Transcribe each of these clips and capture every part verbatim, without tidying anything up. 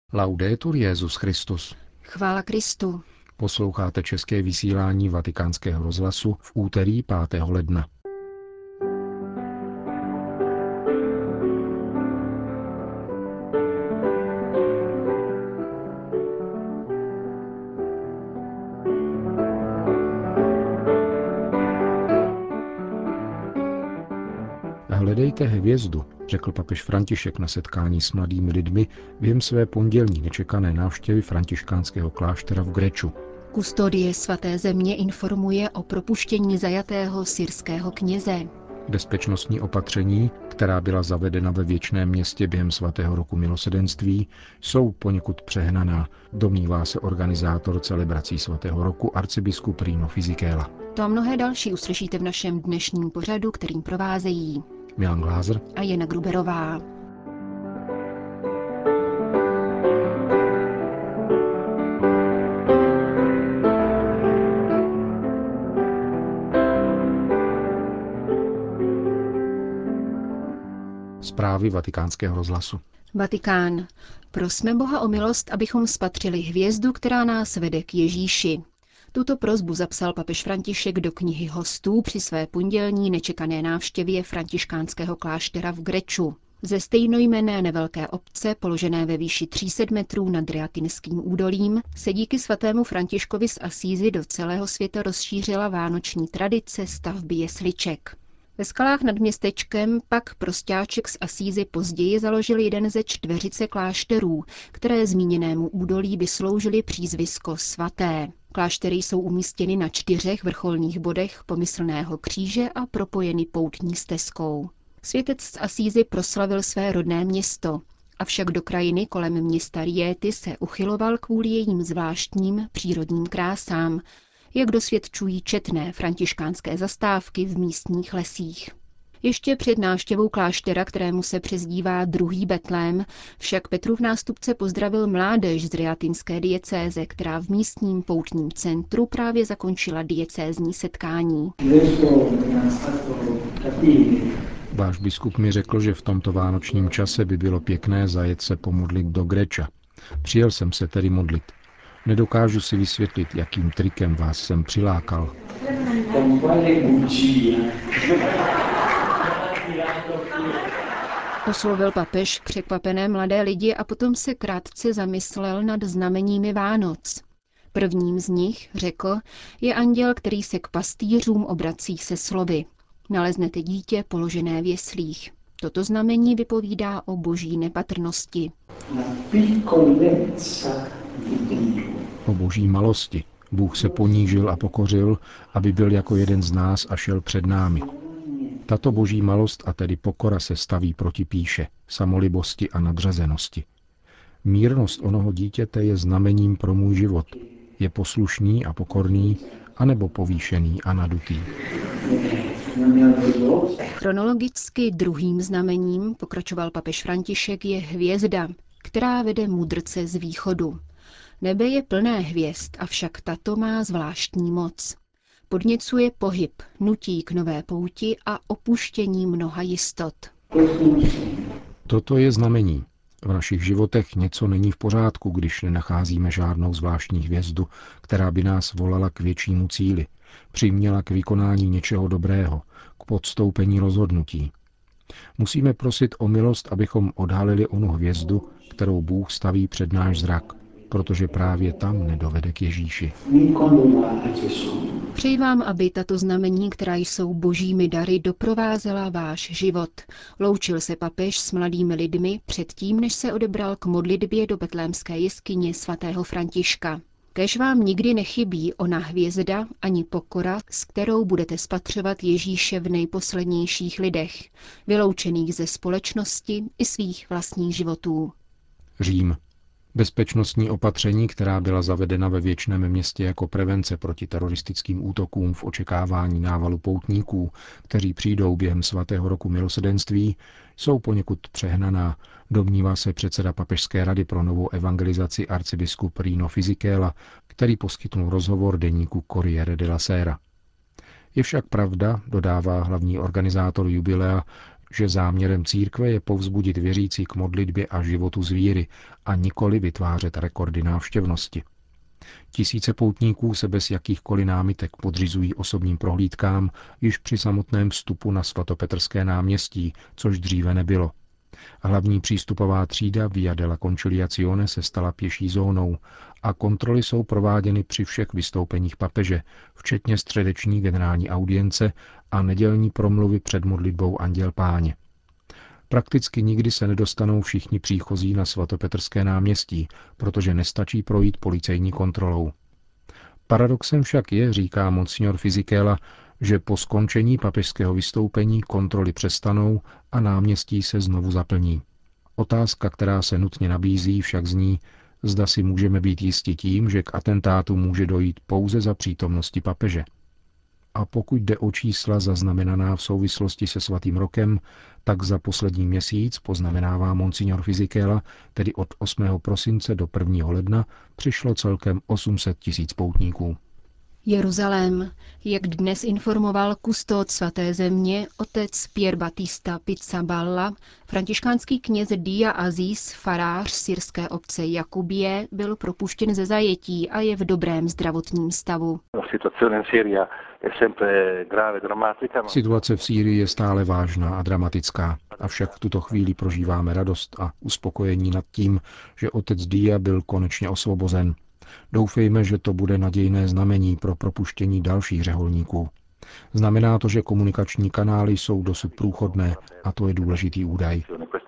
Laudetur Jesus Christus. Chvála Kristu. Posloucháte české vysílání Vatikánského rozhlasu v úterý pátého ledna. Hledejte hvězdu, řekl papež František na setkání s mladými lidmi během své pondělní nečekané návštěvy františkánského kláštera v Greču. Kustodie svaté země informuje o propuštění zajatého syrského kněze. Bezpečnostní opatření, která byla zavedena ve Věčném Městě během svatého roku milosedenství, jsou poněkud přehnaná, domnívá se organizátor celebrací svatého roku arcibiskup Rino Fisichella. To a mnohé další uslyšíte v našem dnešním pořadu, kterým provázejí Milan Glázer a Jana Gruberová. Zprávy Vatikánského rozhlasu. Vatikán. Prosme Boha o milost, abychom spatřili hvězdu, která nás vede k Ježíši. Tuto prosbu zapsal papež František do knihy hostů při své pondělní nečekané návštěvě františkánského kláštera v Greču. Ze stejnojmenné nevelké obce, položené ve výši tři sta metrů nad Ryatinským údolím, se díky svatému Františkovi z Asízy do celého světa rozšířila vánoční tradice stavby jesliček. Ve skalách nad městečkem pak prosťáček z Asízy později založil jeden ze čtveřice klášterů, které zmíněnému údolí vysloužily přízvisko svaté. Kláštery jsou umístěny na čtyřech vrcholných bodech pomyslného kříže a propojeny poutní stezkou. Světec z Asízy proslavil své rodné město, avšak do krajiny kolem města Rieti se uchyloval kvůli jejím zvláštním přírodním krásám, jak dosvědčují četné františkánské zastávky v místních lesích. Ještě před návštěvou kláštera, kterému se přezdívá druhý Betlém, však Petrův nástupce pozdravil mládež z ryatinské diecéze, která v místním poutním centru právě zakončila diecézní setkání. Váš biskup mi řekl, že v tomto vánočním čase by bylo pěkné zajet se pomodlit do Greča. Přijel jsem se tedy modlit. Nedokážu si vysvětlit, jakým trikem vás jsem přilákal. Oslovil papež překvapené mladé lidi a potom se krátce zamyslel nad znameními Vánoc. Prvním z nich, řekl, je anděl, který se k pastýřům obrací se slovy. Naleznete dítě položené v jeslích. Toto znamení vypovídá o boží nepatrnosti. O boží malosti. Bůh se ponížil a pokořil, aby byl jako jeden z nás a šel před námi. Tato boží malost a tedy pokora se staví proti pýše, samolibosti a nadřazenosti. Mírnost onoho dítěte je znamením pro můj život. Je poslušný a pokorný, anebo povýšený a nadutý. Chronologicky druhým znamením, pokračoval papež František, je hvězda, která vede mudrce z východu. Nebe je plné hvězd, avšak tato má zvláštní moc. Podněcuje pohyb, nutí k nové pouti a opuštění mnoha jistot. Toto je znamení. V našich životech něco není v pořádku, když nenacházíme žádnou zvláštní hvězdu, která by nás volala k většímu cíli, přiměla k vykonání něčeho dobrého, k podstoupení rozhodnutí. Musíme prosit o milost, abychom odhalili onu hvězdu, kterou Bůh staví před náš zrak, protože právě tam nedovede k Ježíši. Přeji vám, aby tato znamení, která jsou božími dary, doprovázela váš život. Loučil se papež s mladými lidmi předtím, než se odebral k modlitbě do betlémské jeskyně svatého Františka. Kéž vám nikdy nechybí ona hvězda ani pokora, s kterou budete spatřovat Ježíše v nejposlednějších lidech, vyloučených ze společnosti i svých vlastních životů. Řím. Bezpečnostní opatření, která byla zavedena ve Věčném Městě jako prevence proti teroristickým útokům v očekávání návalu poutníků, kteří přijdou během svatého roku milosedenství, jsou poněkud přehnaná, domnívá se předseda Papežské rady pro novou evangelizaci arcibiskup Rino Fisichella, který poskytnul rozhovor deníku Corriere della Sera. Je však pravda, dodává hlavní organizátor jubilea, že záměrem církve je povzbudit věřící k modlitbě a životu z víry a nikoli vytvářet rekordy návštěvnosti. Tisíce poutníků se bez jakýchkoliv námitek podřizují osobním prohlídkám již při samotném vstupu na svatopetrské náměstí, což dříve nebylo. Hlavní přístupová třída Via della Conciliazione se stala pěší zónou a kontroly jsou prováděny při všech vystoupeních papeže, včetně středeční generální audience a nedělní promluvy před modlitbou Anděl Páně. Prakticky nikdy se nedostanou všichni příchozí na svatopetrské náměstí, protože nestačí projít policejní kontrolou. Paradoxem však je, říká monsignor Fisichella, že po skončení papežského vystoupení kontroly přestanou a náměstí se znovu zaplní. Otázka, která se nutně nabízí, však zní, zda si můžeme být jisti tím, že k atentátu může dojít pouze za přítomnosti papeže. A pokud jde o čísla zaznamenaná v souvislosti se svatým rokem, tak za poslední měsíc, poznamenává monsignor Fisichella, tedy od osmého prosince do prvního ledna, přišlo celkem osm set tisíc poutníků. Jeruzalém. Jak dnes informoval kustód svaté země, otec Pier Battista Pizzaballa, františkánský kněz Dia Aziz, farář syrské obce Jakubie, byl propuštěn ze zajetí a je v dobrém zdravotním stavu. Situace v Sýrii je stále vážná a dramatická, avšak v tuto chvíli prožíváme radost a uspokojení nad tím, že otec Dia byl konečně osvobozen. Doufejme, že to bude nadějné znamení pro propuštění dalších řeholníků. Znamená to, že komunikační kanály jsou dosud průchodné a to je důležitý údaj.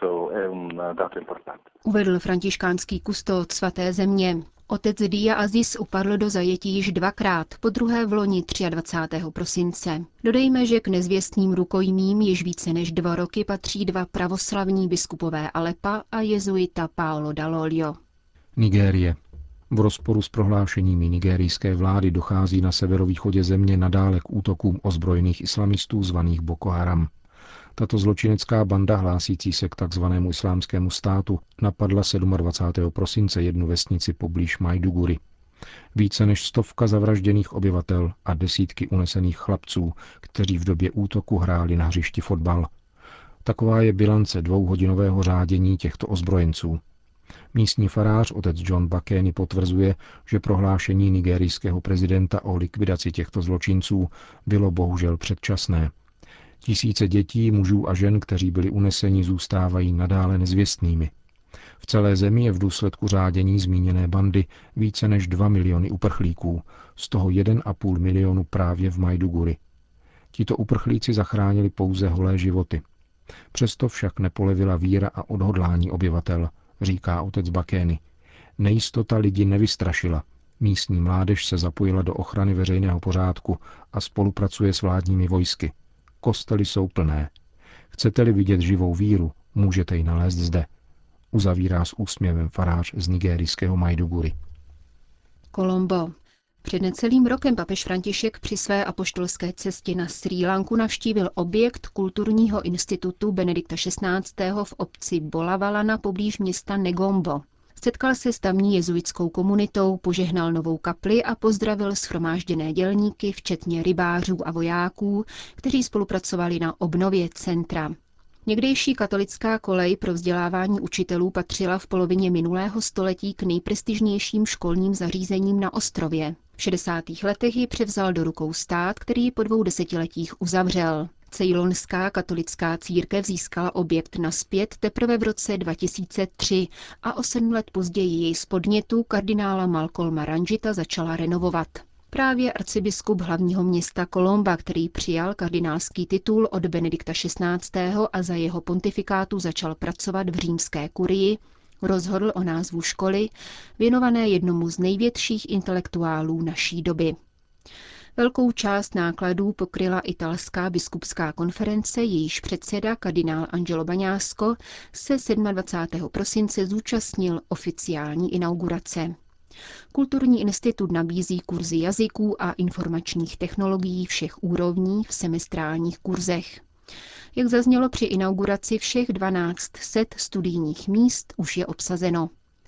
Uvedl františkánský kustód svaté země. Otec Dia Aziz upadl do zajetí již dvakrát, po druhé v loni dvacátého třetího prosince. Dodejme, že k nezvěstným rukojmím již více než dva roky patří dva pravoslavní biskupové Alepa a jezuita Paolo Dall'Olio. Nigérie. V rozporu s prohlášeními nigerijské vlády dochází na severovýchodě země nadále k útokům ozbrojených islamistů zvaných Boko Haram. Tato zločinecká banda hlásící se k takzvanému islámskému státu napadla dvacátého sedmého prosince jednu vesnici poblíž Maiduguri. Více než stovka zavražděných obyvatel a desítky unesených chlapců, kteří v době útoku hráli na hřišti fotbal. Taková je bilance dvouhodinového řádění těchto ozbrojenců. Místní farář otec John Bakeny potvrzuje, že prohlášení nigerijského prezidenta o likvidaci těchto zločinců bylo bohužel předčasné. Tisíce dětí, mužů a žen, kteří byli uneseni, zůstávají nadále nezvěstnými. V celé zemi je v důsledku řádění zmíněné bandy více než dva miliony uprchlíků, z toho jeden a půl milionu právě v Maiduguri. Tito uprchlíci zachránili pouze holé životy. Přesto však nepolevila víra a odhodlání obyvatel, říká otec Bakeny. Nejistota lidi nevystrašila. Místní mládež se zapojila do ochrany veřejného pořádku a spolupracuje s vládními vojsky. Kostely jsou plné. Chcete-li vidět živou víru, můžete ji nalézt zde. Uzavírá s úsměvem farář z nigerijského Maiduguri. Kolombo. Před necelým rokem papež František při své apoštolské cestě na Srí Lanku navštívil objekt kulturního institutu Benedikta šestnáctého v obci Bolavalana poblíž města Negombo. Setkal se s tamní jezuitskou komunitou, požehnal novou kapli a pozdravil shromážděné dělníky, včetně rybářů a vojáků, kteří spolupracovali na obnově centra. Někdejší katolická kolej pro vzdělávání učitelů patřila v polovině minulého století k nejprestižnějším školním zařízením na ostrově. V šedesátých letech ji převzal do rukou stát, který ji po dvou desetiletích uzavřel. Ceylonská katolická církev získala objekt nazpět teprve v roce dva tisíce tři a o sedm let později jej z podnětu kardinála Malcolma Ranjita začala renovovat. Právě arcibiskup hlavního města Kolomba, který přijal kardinálský titul od Benedikta šestnáctého a za jeho pontifikátu začal pracovat v římské kurii, rozhodl o názvu školy, věnované jednomu z největších intelektuálů naší doby. Velkou část nákladů pokryla italská biskupská konference, jejíž předseda kardinál Angelo Bagnasco se dvacátého sedmého prosince zúčastnil oficiální inaugurace. Kulturní institut nabízí kurzy jazyků a informačních technologií všech úrovní v semestrálních kurzech. Jak zaznělo při inauguraci, všech dvanáct set studijních míst už je obsazeno.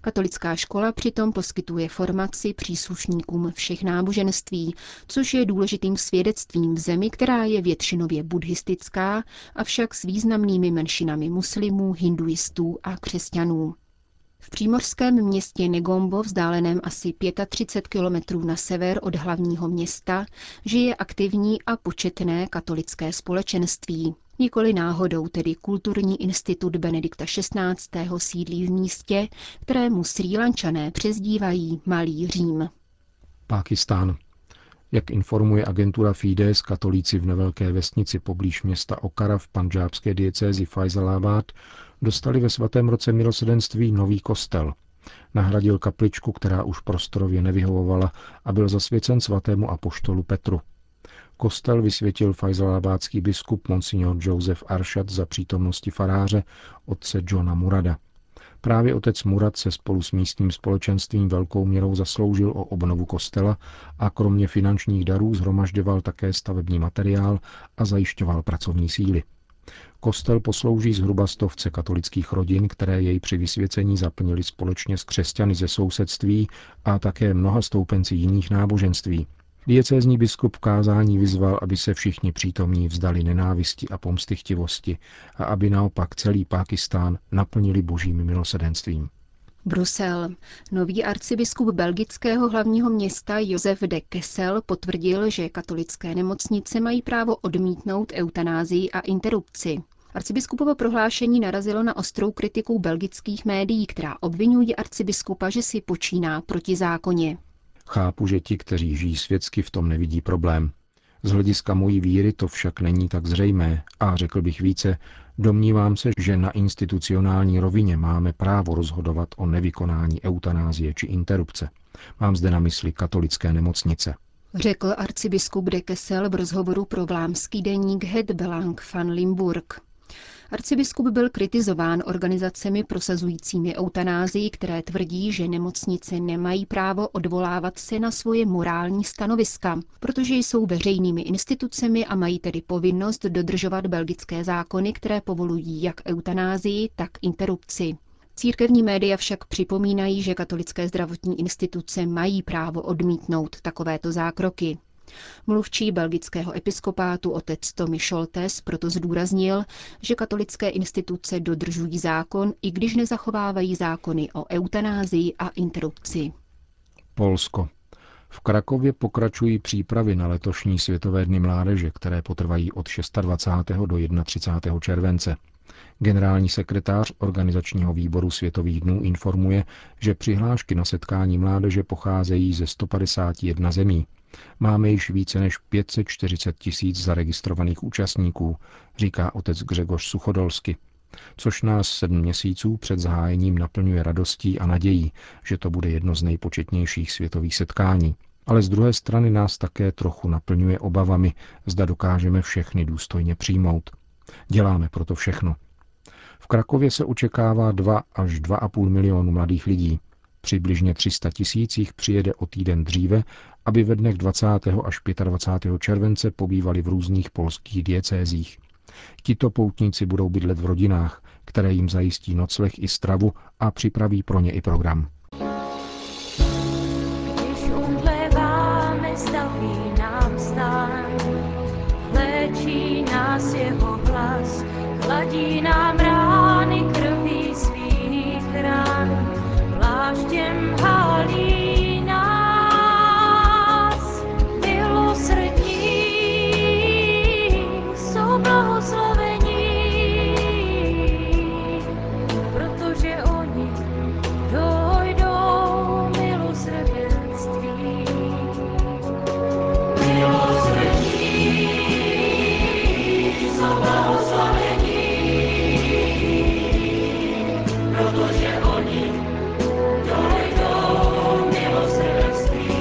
Katolická škola přitom poskytuje formaci příslušníkům všech náboženství, což je důležitým svědectvím v zemi, která je většinově buddhistická, avšak s významnými menšinami muslimů, hinduistů a křesťanů. V přímořském městě Negombo, vzdáleném asi třicet pět kilometrů na sever od hlavního města, žije aktivní a početné katolické společenství. Nikoli náhodou tedy Kulturní institut Benedikta šestnáctého. Sídlí v místě, kterému Srí Lančané přezdívají Malý Řím. Pákistán. Jak informuje agentura Fides, katolíci v nevelké vesnici poblíž města Okara v pandžábské diecézi Faisalabad dostali ve svatém roce milosrdenství nový kostel. Nahradil kapličku, která už prostorově nevyhovovala, a byl zasvěcen svatému apoštolu Petru. Kostel vysvětil faisalabádský biskup monsignor Joseph Arshad za přítomnosti faráře otce Johna Murada. Právě otec Murad se spolu s místním společenstvím velkou měrou zasloužil o obnovu kostela a kromě finančních darů shromažďoval také stavební materiál a zajišťoval pracovní síly. Kostel poslouží zhruba stovce katolických rodin, které jej při vysvěcení zaplnili společně s křesťany ze sousedství a také mnoha stoupenci jiných náboženství. Diecézní biskup v kázání vyzval, aby se všichni přítomní vzdali nenávisti a pomstychtivosti a aby naopak celý Pákistán naplnili božím milosrdenstvím. Brusel. Nový arcibiskup belgického hlavního města Josef de Kessel potvrdil, že katolické nemocnice mají právo odmítnout eutanázii a interrupci. Arcibiskupovo prohlášení narazilo na ostrou kritiku belgických médií, která obvinují arcibiskupa, že si počíná proti zákoně. Chápu, že ti, kteří žijí světsky, v tom nevidí problém. Z hlediska mojí víry to však není tak zřejmé a řekl bych více, domnívám se, že na institucionální rovině máme právo rozhodovat o nevykonání eutanázie či interrupce. Mám zde na mysli katolické nemocnice. Řekl arcibiskup de Kessel v rozhovoru pro vlámský deník Het Belang van Limburg. Arcibiskup byl kritizován organizacemi prosazujícími eutanázii, které tvrdí, že nemocnice nemají právo odvolávat se na svoje morální stanoviska, protože jsou veřejnými institucemi a mají tedy povinnost dodržovat belgické zákony, které povolují jak eutanázii, tak interrupci. Církevní média však připomínají, že katolické zdravotní instituce mají právo odmítnout takovéto zákroky. Mluvčí belgického episkopátu otec Tommy Scholtes proto zdůraznil, že katolické instituce dodržují zákon, i když nezachovávají zákony o eutanázii a interrupci. Polsko. V Krakově pokračují přípravy na letošní Světové dny mládeže, které potrvají od dvacátého šestého do třicátého prvního července. Generální sekretář organizačního výboru Světových dnů informuje, že přihlášky na setkání mládeže pocházejí ze sto padesát jedna zemí. Máme již více než pět set čtyřicet tisíc zaregistrovaných účastníků, říká otec Grzegorz Suchodolsky, což nás sedm měsíců před zahájením naplňuje radostí a nadějí, že to bude jedno z nejpočetnějších světových setkání. Ale z druhé strany nás také trochu naplňuje obavami, zda dokážeme všechny důstojně přijmout. Děláme proto všechno. V Krakově se očekává dva až dva a půl milionu mladých lidí. Přibližně tři sta tisíc jich přijede o týden dříve, aby ve dnech dvacátého až dvacátého pátého července pobývali v různých polských diecézích. Tito poutníci budou bydlet v rodinách, které jim zajistí nocleh i stravu a připraví pro ně i program. Když umdléváme, staví nám stán, léčí nás jeho hlas, chladí nám rány krví svých rán, pláštěm halí nás, milosrdní jsou blahoslavení, protože oni dojdou milosrdenství. Milosrdní jsou blahoslavení, protože oni dojdou milosrdenství.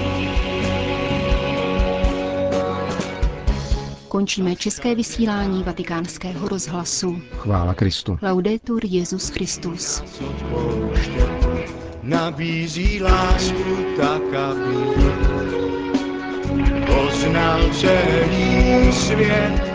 Končíme české vysílání Vatikánského rozhlasu. Chvála Kristu. Laudetur Jesus Christus. Nabízí lásku tak, aby poznal celý svět.